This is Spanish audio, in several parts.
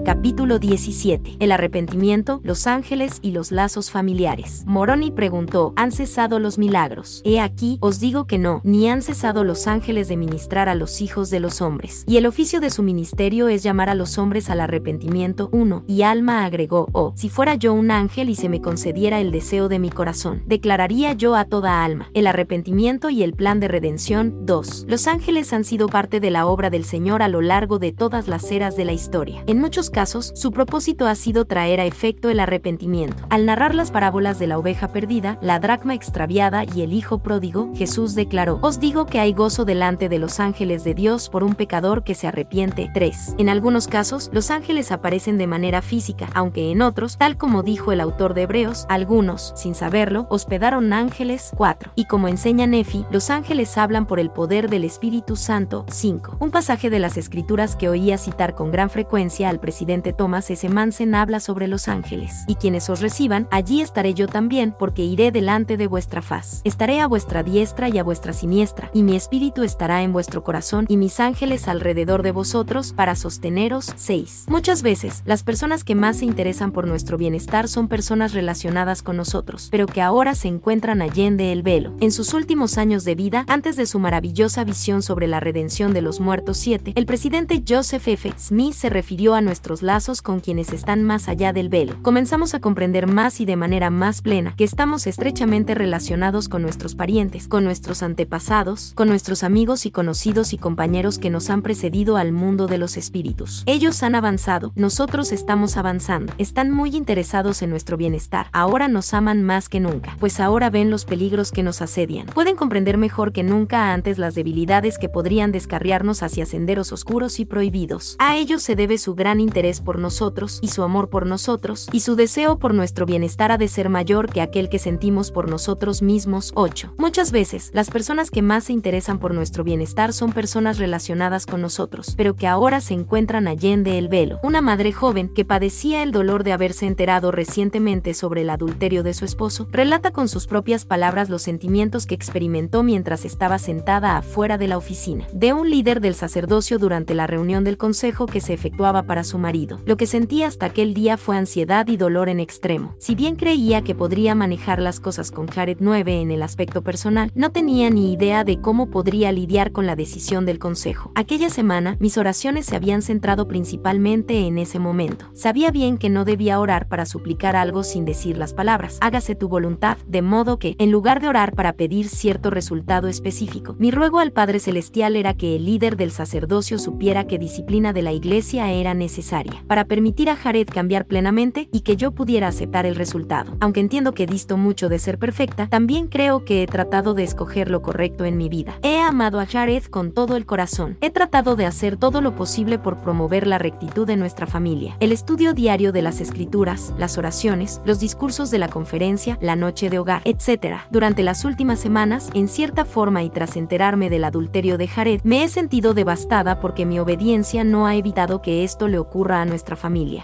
Capítulo 17. El arrepentimiento, los ángeles y los lazos familiares. Moroni preguntó, ¿han cesado los milagros? He aquí, os digo que no, ni han cesado los ángeles de ministrar a los hijos de los hombres. Y el oficio de su ministerio es llamar a los hombres al arrepentimiento. 1. Y Alma agregó, oh, si fuera yo un ángel y se me concediera el deseo de mi corazón, declararía yo a toda alma el arrepentimiento y el plan de redención. 2. Los ángeles han sido parte de la obra del Señor a lo largo de todas las eras de la historia. En muchos casos, su propósito ha sido traer a efecto el arrepentimiento. Al narrar las parábolas de la oveja perdida, la dracma extraviada y el hijo pródigo, Jesús declaró, os digo que hay gozo delante de los ángeles de Dios por un pecador que se arrepiente. 3. En algunos casos, los ángeles aparecen de manera física, aunque en otros, tal como dijo el autor de Hebreos, algunos, sin saberlo, hospedaron ángeles. 4. Y como enseña Nefi, los ángeles hablan por el poder del Espíritu Santo. 5. Un pasaje de las Escrituras que oía citar con gran frecuencia al presidente Thomas S. Manson habla sobre los ángeles. Y quienes os reciban, allí estaré yo también, porque iré delante de vuestra faz. Estaré a vuestra diestra y a vuestra siniestra, y mi espíritu estará en vuestro corazón, y mis ángeles alrededor de vosotros, para sosteneros. 6. Muchas veces, las personas que más se interesan por nuestro bienestar son personas relacionadas con nosotros, pero que ahora se encuentran allende el velo. En sus últimos años de vida, antes de su maravillosa visión sobre la redención de los muertos 7, el presidente Joseph F. Smith se refirió a nuestros lazos con quienes están más allá del velo. Comenzamos a comprender más y de manera más plena que estamos estrechamente relacionados con nuestros parientes, con nuestros antepasados, con nuestros amigos y conocidos y compañeros que nos han precedido al mundo de los espíritus. Ellos han avanzado, nosotros estamos avanzando, están muy interesados en nuestro bienestar, ahora nos aman más que nunca, pues ahora ven los peligros que nos asedian. Pueden comprender mejor que nunca antes las debilidades que podrían descarriarnos hacia senderos oscuros y prohibidos. A ellos se debe su gran interés por nosotros, y su amor por nosotros, y su deseo por nuestro bienestar ha de ser mayor que aquel que sentimos por nosotros mismos. 8. Muchas veces, las personas que más se interesan por nuestro bienestar son personas relacionadas con nosotros, pero que ahora se encuentran allende el velo. Una madre joven, que padecía el dolor de haberse enterado recientemente sobre el adulterio de su esposo, relata con sus propias palabras los sentimientos que experimentó mientras estaba sentada afuera de la oficina de un líder del sacerdocio durante la reunión del consejo que se efectuaba para su marido. Lo que sentía hasta aquel día fue ansiedad y dolor en extremo. Si bien creía que podría manejar las cosas con Jared 9 en el aspecto personal, no tenía ni idea de cómo podría lidiar con la decisión del consejo. Aquella semana, mis oraciones se habían centrado principalmente en ese momento. Sabía bien que no debía orar para suplicar algo sin decir las palabras, hágase tu voluntad, de modo que, en lugar de orar para pedir cierto resultado específico, mi ruego al Padre Celestial era que el líder del sacerdocio supiera que disciplina de la iglesia era necesaria, para permitir a Jared cambiar plenamente y que yo pudiera aceptar el resultado. Aunque entiendo que disto mucho de ser perfecta, también creo que he tratado de escoger lo correcto en mi vida. He amado a Jared con todo el corazón. He tratado de hacer todo lo posible por promover la rectitud de nuestra familia. El estudio diario de las escrituras, las oraciones, los discursos de la conferencia, la noche de hogar, etc. Durante las últimas semanas, en cierta forma y tras enterarme del adulterio de Jared, me he sentido devastada porque mi obediencia no ha evitado que esto le ocurra a nuestra familia.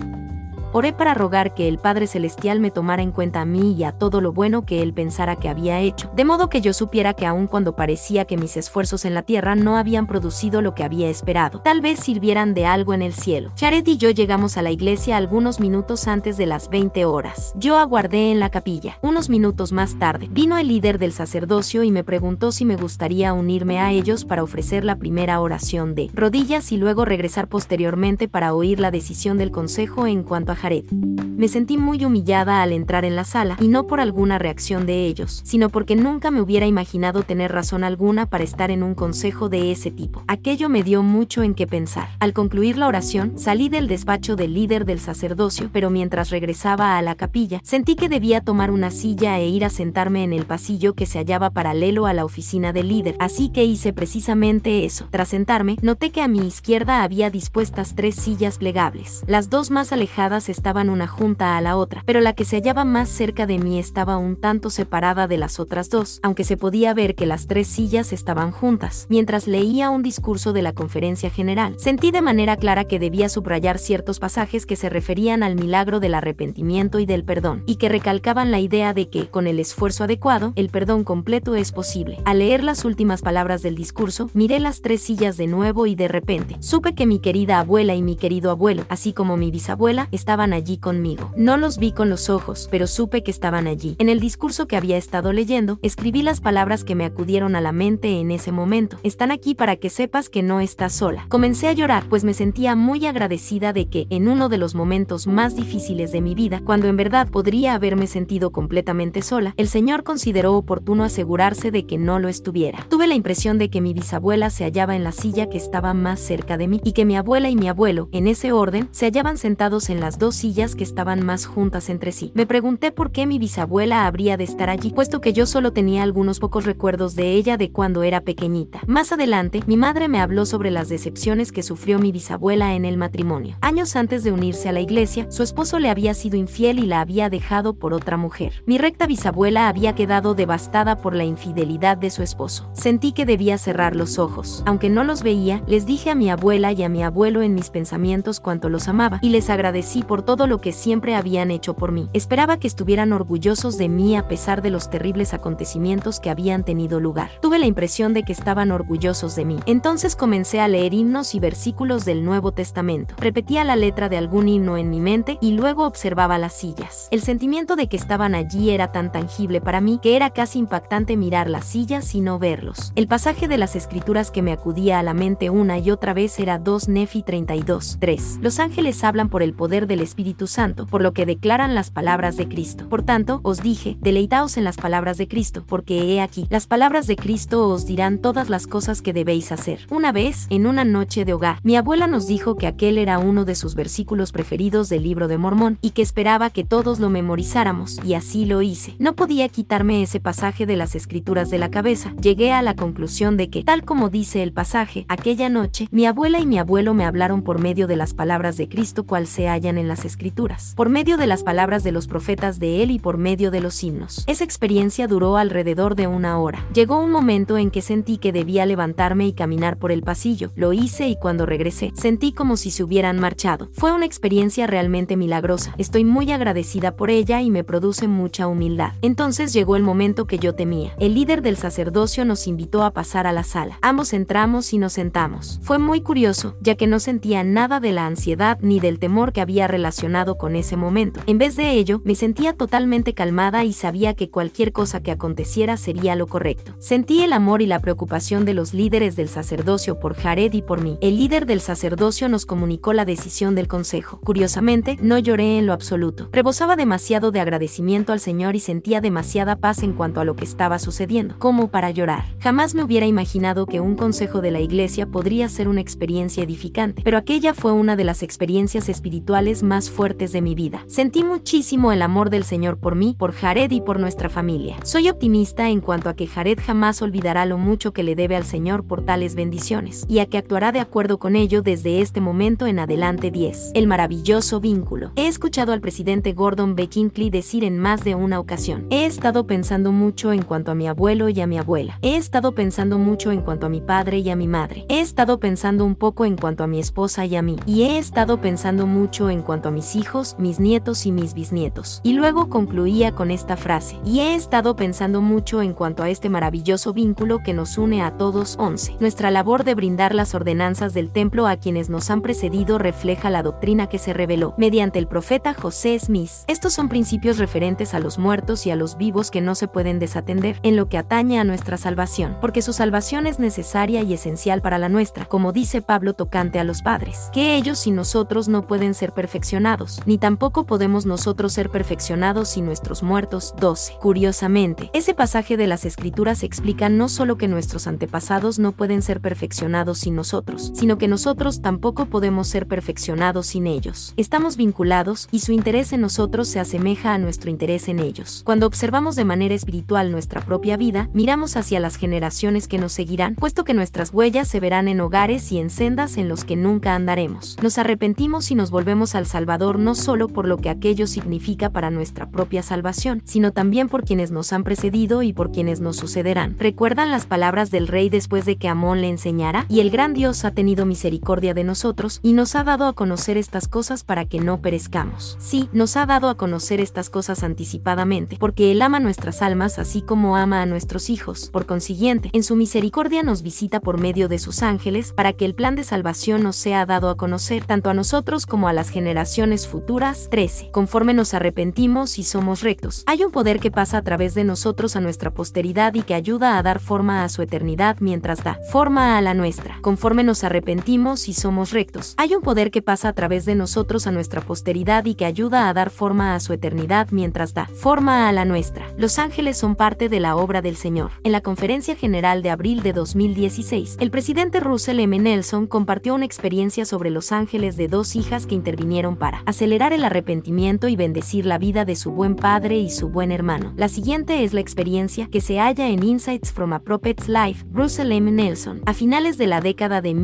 Oré para rogar que el Padre Celestial me tomara en cuenta a mí y a todo lo bueno que Él pensara que había hecho, de modo que yo supiera que aun cuando parecía que mis esfuerzos en la tierra no habían producido lo que había esperado, tal vez sirvieran de algo en el cielo. Jared y yo llegamos a la iglesia algunos minutos antes de las 20 horas. Yo aguardé en la capilla. Unos minutos más tarde, vino el líder del sacerdocio y me preguntó si me gustaría unirme a ellos para ofrecer la primera oración de rodillas y luego regresar posteriormente para oír la decisión del consejo en cuanto a Jared. Me sentí muy humillada al entrar en la sala, y no por alguna reacción de ellos, sino porque nunca me hubiera imaginado tener razón alguna para estar en un consejo de ese tipo. Aquello me dio mucho en qué pensar. Al concluir la oración, salí del despacho del líder del sacerdocio, pero mientras regresaba a la capilla, sentí que debía tomar una silla e ir a sentarme en el pasillo que se hallaba paralelo a la oficina del líder, así que hice precisamente eso. Tras sentarme, noté que a mi izquierda había dispuestas 3 sillas plegables. Las 2 más alejadas sillas estaban una junta a la otra, pero la que se hallaba más cerca de mí estaba un tanto separada de las otras dos, aunque se podía ver que las 3 sillas estaban juntas. Mientras leía un discurso de la conferencia general, sentí de manera clara que debía subrayar ciertos pasajes que se referían al milagro del arrepentimiento y del perdón, y que recalcaban la idea de que, con el esfuerzo adecuado, el perdón completo es posible. Al leer las últimas palabras del discurso, miré las 3 sillas de nuevo y de repente, supe que mi querida abuela y mi querido abuelo, así como mi bisabuela, estaban allí conmigo. No los vi con los ojos, pero supe que estaban allí. En el discurso que había estado leyendo, escribí las palabras que me acudieron a la mente en ese momento. Están aquí para que sepas que no estás sola. Comencé a llorar, pues me sentía muy agradecida de que, en uno de los momentos más difíciles de mi vida, cuando en verdad podría haberme sentido completamente sola, el Señor consideró oportuno asegurarse de que no lo estuviera. Tuve la impresión de que mi bisabuela se hallaba en la silla que estaba más cerca de mí, y que mi abuela y mi abuelo, en ese orden, se hallaban sentados en las 2 sillas que estaban más juntas entre sí. Me pregunté por qué mi bisabuela habría de estar allí, puesto que yo solo tenía algunos pocos recuerdos de ella de cuando era pequeñita. Más adelante, mi madre me habló sobre las decepciones que sufrió mi bisabuela en el matrimonio. Años antes de unirse a la iglesia, su esposo le había sido infiel y la había dejado por otra mujer. Mi recta bisabuela había quedado devastada por la infidelidad de su esposo. Sentí que debía cerrar los ojos. Aunque no los veía, les dije a mi abuela y a mi abuelo en mis pensamientos cuánto los amaba, y les agradecí por todo lo que siempre habían hecho por mí. Esperaba que estuvieran orgullosos de mí a pesar de los terribles acontecimientos que habían tenido lugar. Tuve la impresión de que estaban orgullosos de mí. Entonces comencé a leer himnos y versículos del Nuevo Testamento. Repetía la letra de algún himno en mi mente y luego observaba las sillas. El sentimiento de que estaban allí era tan tangible para mí que era casi impactante mirar las sillas y no verlos. El pasaje de las Escrituras que me acudía a la mente una y otra vez era 2 Nefi 32:3. Los ángeles hablan por el poder del Espíritu Santo, por lo que declaran las palabras de Cristo. Por tanto, os dije, deleitaos en las palabras de Cristo, porque he aquí, las palabras de Cristo os dirán todas las cosas que debéis hacer. Una vez, en una noche de hogar, mi abuela nos dijo que aquel era uno de sus versículos preferidos del Libro de Mormón, y que esperaba que todos lo memorizáramos, y así lo hice. No podía quitarme ese pasaje de las Escrituras de la cabeza. Llegué a la conclusión de que, tal como dice el pasaje, aquella noche, mi abuela y mi abuelo me hablaron por medio de las palabras de Cristo cual se hallan en las Escrituras, por medio de las palabras de los profetas de él y por medio de los himnos. Esa experiencia duró alrededor de 1 hora. Llegó un momento en que sentí que debía levantarme y caminar por el pasillo. Lo hice y cuando regresé, sentí como si se hubieran marchado. Fue una experiencia realmente milagrosa. Estoy muy agradecida por ella y me produce mucha humildad. Entonces llegó el momento que yo temía. El líder del sacerdocio nos invitó a pasar a la sala. Ambos entramos y nos sentamos. Fue muy curioso, ya que no sentía nada de la ansiedad ni del temor que había relacionado con ese momento. En vez de ello, me sentía totalmente calmada y sabía que cualquier cosa que aconteciera sería lo correcto. Sentí el amor y la preocupación de los líderes del sacerdocio por Jared y por mí. El líder del sacerdocio nos comunicó la decisión del consejo. Curiosamente, no lloré en lo absoluto. Rebosaba demasiado de agradecimiento al Señor y sentía demasiada paz en cuanto a lo que estaba sucediendo, como para llorar. Jamás me hubiera imaginado que un consejo de la iglesia podría ser una experiencia edificante, pero aquella fue una de las experiencias espirituales más fuertes de mi vida. Sentí muchísimo el amor del Señor por mí, por Jared y por nuestra familia. Soy optimista en cuanto a que Jared jamás olvidará lo mucho que le debe al Señor por tales bendiciones, y a que actuará de acuerdo con ello desde este momento en adelante. 10. El maravilloso vínculo. He escuchado al presidente Gordon B. Hinckley decir en más de una ocasión: he estado pensando mucho en cuanto a mi abuelo y a mi abuela. He estado pensando mucho en cuanto a mi padre y a mi madre. He estado pensando un poco en cuanto a mi esposa y a mí. Y he estado pensando mucho en cuanto a mis hijos, mis nietos y mis bisnietos. Y luego concluía con esta frase: y he estado pensando mucho en cuanto a este maravilloso vínculo que nos une a todos. 11. Nuestra labor de brindar las ordenanzas del templo a quienes nos han precedido refleja la doctrina que se reveló mediante el profeta José Smith. Estos son principios referentes a los muertos y a los vivos que no se pueden desatender en lo que atañe a nuestra salvación, porque su salvación es necesaria y esencial para la nuestra, como dice Pablo tocante a los padres, que ellos sin nosotros no pueden ser perfeccionados, ni tampoco podemos nosotros ser perfeccionados sin nuestros muertos. 12. Curiosamente, ese pasaje de las Escrituras explica no solo que nuestros antepasados no pueden ser perfeccionados sin nosotros, sino que nosotros tampoco podemos ser perfeccionados sin ellos. Estamos vinculados y su interés en nosotros se asemeja a nuestro interés en ellos. Cuando observamos de manera espiritual nuestra propia vida, miramos hacia las generaciones que nos seguirán, puesto que nuestras huellas se verán en hogares y en sendas en los que nunca andaremos. Nos arrepentimos y nos volvemos al sagrado Salvador no solo por lo que aquello significa para nuestra propia salvación, sino también por quienes nos han precedido y por quienes nos sucederán. ¿Recuerdan las palabras del rey después de que Amón le enseñara? Y el gran Dios ha tenido misericordia de nosotros y nos ha dado a conocer estas cosas para que no perezcamos. Sí, nos ha dado a conocer estas cosas anticipadamente, porque Él ama nuestras almas así como ama a nuestros hijos. Por consiguiente, en su misericordia nos visita por medio de sus ángeles para que el plan de salvación nos sea dado a conocer tanto a nosotros como a las generaciones futuras. 13. Conforme nos arrepentimos y somos rectos, hay un poder que pasa a través de nosotros a nuestra posteridad y que ayuda a dar forma a su eternidad mientras da forma a la nuestra. Conforme nos arrepentimos y somos rectos, hay un poder que pasa a través de nosotros a nuestra posteridad y que ayuda a dar forma a su eternidad mientras da forma a la nuestra. Los ángeles son parte de la obra del Señor. En la Conferencia General de abril de 2016, el presidente Russell M. Nelson compartió una experiencia sobre los ángeles de dos hijas que intervinieron para acelerar el arrepentimiento y bendecir la vida de su buen padre y su buen hermano. La siguiente es la experiencia que se halla en Insights from a Prophet's Life. Russell M. Nelson, a finales de la década de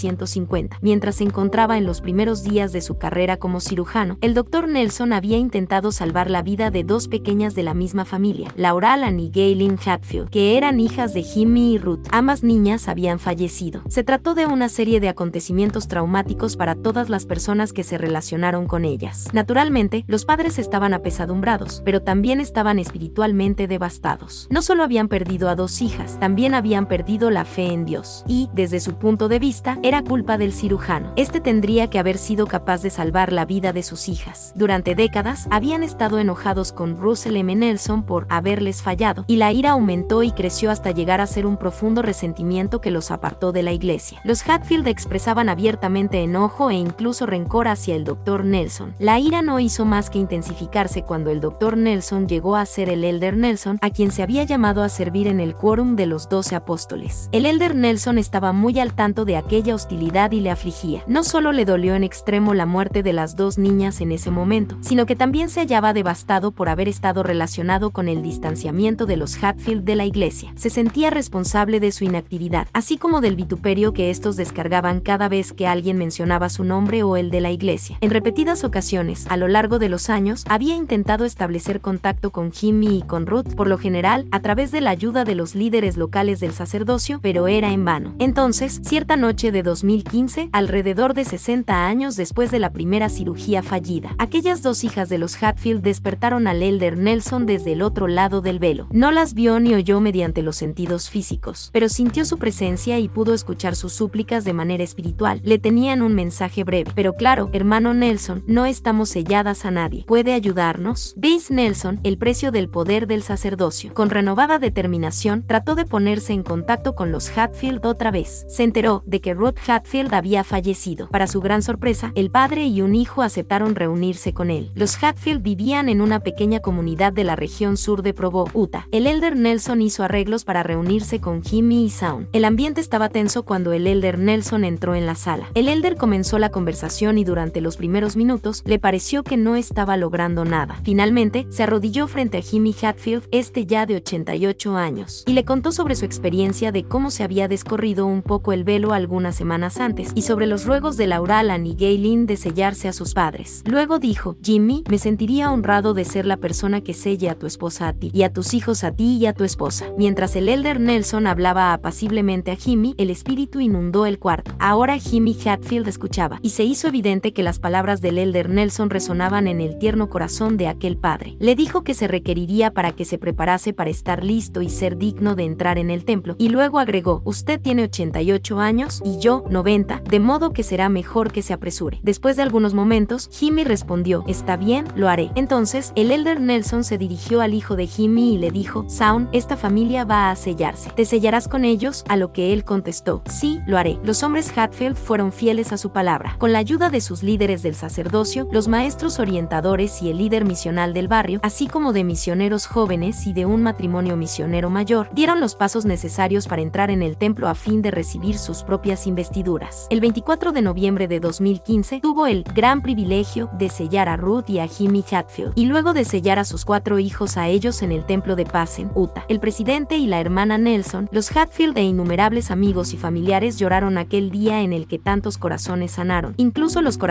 1950, mientras se encontraba en los primeros días de su carrera como cirujano, el Dr. Nelson había intentado salvar la vida de dos pequeñas de la misma familia, Laura Allen y Gayleen Hatfield, que eran hijas de Jimmy y Ruth. Ambas niñas habían fallecido. Se trató de una serie de acontecimientos traumáticos para todas las personas que se relacionaron con ellas. Naturalmente, los padres estaban apesadumbrados, pero también estaban espiritualmente devastados. No solo habían perdido a dos hijas, también habían perdido la fe en Dios. Y, desde su punto de vista, era culpa del cirujano. Este tendría que haber sido capaz de salvar la vida de sus hijas. Durante décadas, habían estado enojados con Russell M. Nelson por haberles fallado, y la ira aumentó y creció hasta llegar a ser un profundo resentimiento que los apartó de la iglesia. Los Hatfield expresaban abiertamente enojo e incluso rencor hacia el Dr. Nelson. La ira no hizo más que intensificarse cuando el Dr. Nelson llegó a ser el Elder Nelson, a quien se había llamado a servir en el quórum de los 12 apóstoles. El Elder Nelson estaba muy al tanto de aquella hostilidad y le afligía. No solo le dolió en extremo la muerte de las dos niñas en ese momento, sino que también se hallaba devastado por haber estado relacionado con el distanciamiento de los Hatfield de la iglesia. Se sentía responsable de su inactividad, así como del vituperio que estos descargaban cada vez que alguien mencionaba su nombre o el de la iglesia. En repetidas ocasiones, a lo largo de los años, había intentado establecer contacto con Jimmy y con Ruth, por lo general, a través de la ayuda de los líderes locales del sacerdocio, pero era en vano. Entonces, cierta noche de 2015, alrededor de 60 años después de la primera cirugía fallida, aquellas dos hijas de los Hatfield despertaron al Elder Nelson desde el otro lado del velo. No las vio ni oyó mediante los sentidos físicos, pero sintió su presencia y pudo escuchar sus súplicas de manera espiritual. Le tenían un mensaje breve: pero claro, hermano Nelson, no estamos selladas a nadie. ¿Puede ayudarnos? Daisy Nelson, el precio del poder del sacerdocio. Con renovada determinación, trató de ponerse en contacto con los Hatfield otra vez. Se enteró de que Ruth Hatfield había fallecido. Para su gran sorpresa, el padre y un hijo aceptaron reunirse con él. Los Hatfield vivían en una pequeña comunidad de la región sur de Provo, Utah. El Elder Nelson hizo arreglos para reunirse con Jimmy y Shaun. El ambiente estaba tenso cuando el Elder Nelson entró en la sala. El Elder comenzó la conversación y durante los primeros minutos le pareció que no estaba logrando nada. Finalmente, se arrodilló frente a Jimmy Hatfield, ya de 88 años, y le contó sobre su experiencia de cómo se había descorrido un poco el velo algunas semanas antes, y sobre los ruegos de Laura Allen y Gayleen de sellarse a sus padres. Luego dijo: Jimmy, me sentiría honrado de ser la persona que selle a tu esposa a ti, y a tus hijos a ti y a tu esposa. Mientras el Elder Nelson hablaba apaciblemente a Jimmy, el espíritu inundó el cuarto. Ahora Jimmy Hatfield escuchaba, y se hizo evidente que las palabras del Elder Nelson resonaban en el tierno corazón de aquel padre. Le dijo que se requeriría para que se preparase para estar listo y ser digno de entrar en el templo, y luego agregó: usted tiene 88 años y yo 90, de modo que será mejor que se apresure. Después de algunos momentos, Jimmy respondió: está bien, lo haré. Entonces, el Elder Nelson se dirigió al hijo de Jimmy y le dijo: Shaun, esta familia va a sellarse. ¿Te sellarás con ellos? A lo que él contestó: sí, lo haré. Los hombres Hatfield fueron fieles a su palabra. Con la ayuda de sus líderes del sacerdocio, los maestros orientadores y el líder misional del barrio, así como de misioneros jóvenes y de un matrimonio misionero mayor, dieron los pasos necesarios para entrar en el templo a fin de recibir sus propias investiduras. El 24 de noviembre de 2015, tuvo el gran privilegio de sellar a Ruth y a Jimmy Hatfield, y luego de sellar a sus 4 hijos a ellos en el templo de Payson, Utah. El presidente y la hermana Nelson, los Hatfield e innumerables amigos y familiares lloraron aquel día en el que tantos corazones sanaron, incluso los corazones de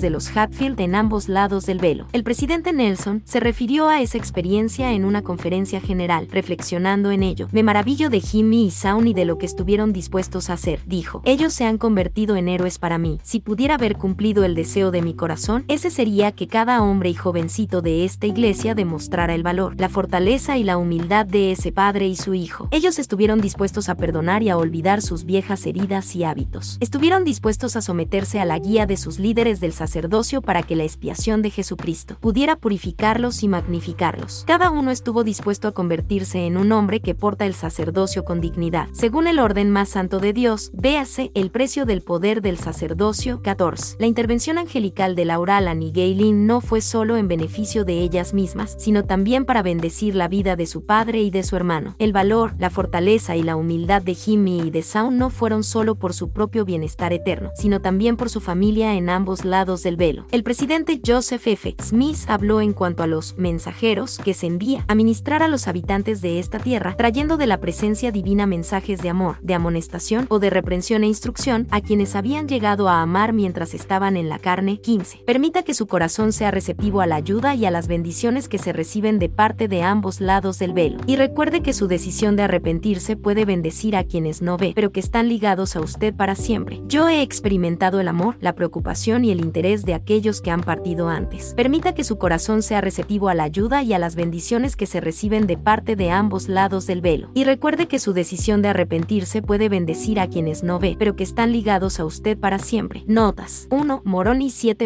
de los Hatfield en ambos lados del velo. El presidente Nelson se refirió a esa experiencia en una conferencia general, reflexionando en ello. Me maravillo de Jimmy y Shaun y de lo que estuvieron dispuestos a hacer, dijo. Ellos se han convertido en héroes para mí. Si pudiera haber cumplido el deseo de mi corazón, ese sería que cada hombre y jovencito de esta iglesia demostrara el valor, la fortaleza y la humildad de ese padre y su hijo. Ellos estuvieron dispuestos a perdonar y a olvidar sus viejas heridas y hábitos. Estuvieron dispuestos a someterse a la guía de sus líderes del sacerdocio para que la expiación de Jesucristo pudiera purificarlos y magnificarlos. Cada uno estuvo dispuesto a convertirse en un hombre que porta el sacerdocio con dignidad, según el orden más santo de Dios. Véase El precio del poder del sacerdocio, 14. La intervención angelical de Laura Allen y Gaylene no fue solo en beneficio de ellas mismas, sino también para bendecir la vida de su padre y de su hermano. El valor, la fortaleza y la humildad de Jimmy y de Shaun no fueron solo por su propio bienestar eterno, sino también por su familia en ambos lados del velo. El presidente Joseph F. Smith habló en cuanto a los mensajeros que se envía a ministrar a los habitantes de esta tierra, trayendo de la presencia divina mensajes de amor, de amonestación o de reprensión e instrucción a quienes habían llegado a amar mientras estaban en la carne. 15. Permita que su corazón sea receptivo a la ayuda y a las bendiciones que se reciben de parte de ambos lados del velo. Y recuerde que su decisión de arrepentirse puede bendecir a quienes no ve, pero que están ligados a usted para siempre. Yo he experimentado el amor, la preocupación y el interés de aquellos que han partido antes. Permita que su corazón sea receptivo a la ayuda y a las bendiciones que se reciben de parte de ambos lados del velo. Y recuerde que su decisión de arrepentirse puede bendecir a quienes no ve, pero que están ligados a usted para siempre. Notas: 1. Moroni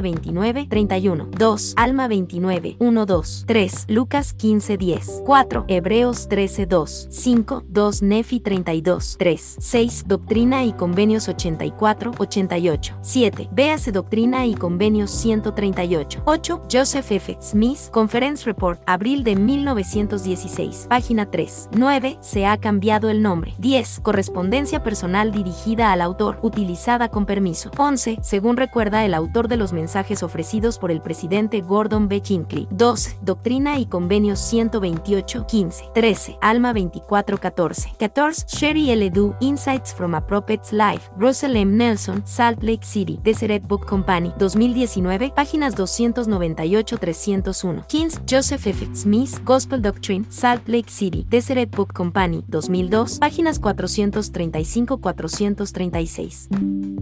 7:29-31. 2. Alma 29:1-2. 3. Lucas 15:10. 4. Hebreos 13:2. 5. 2. Nefi 32:3. 6. Doctrina y Convenios 84-88. 7. Véase Doctrina y Convenios 138. 8. Joseph F. Smith, Conference Report, abril de 1916. Página 3. 9. Se ha cambiado el nombre. 10. Correspondencia personal dirigida al autor, utilizada con permiso. 11. Según recuerda el autor de los mensajes ofrecidos por el presidente Gordon B. Hinckley. 12. Doctrina y Convenios 128-15. 13. Alma 24-14. 14. Sherry L. Du, Insights from a Prophet's Life. Russell M. Nelson, Salt Lake City, Deseret Book Company, 2019, páginas 298-301. 15. Joseph F. Smith, Gospel Doctrine, Salt Lake City, Deseret Book Company, 2002, páginas 435-436.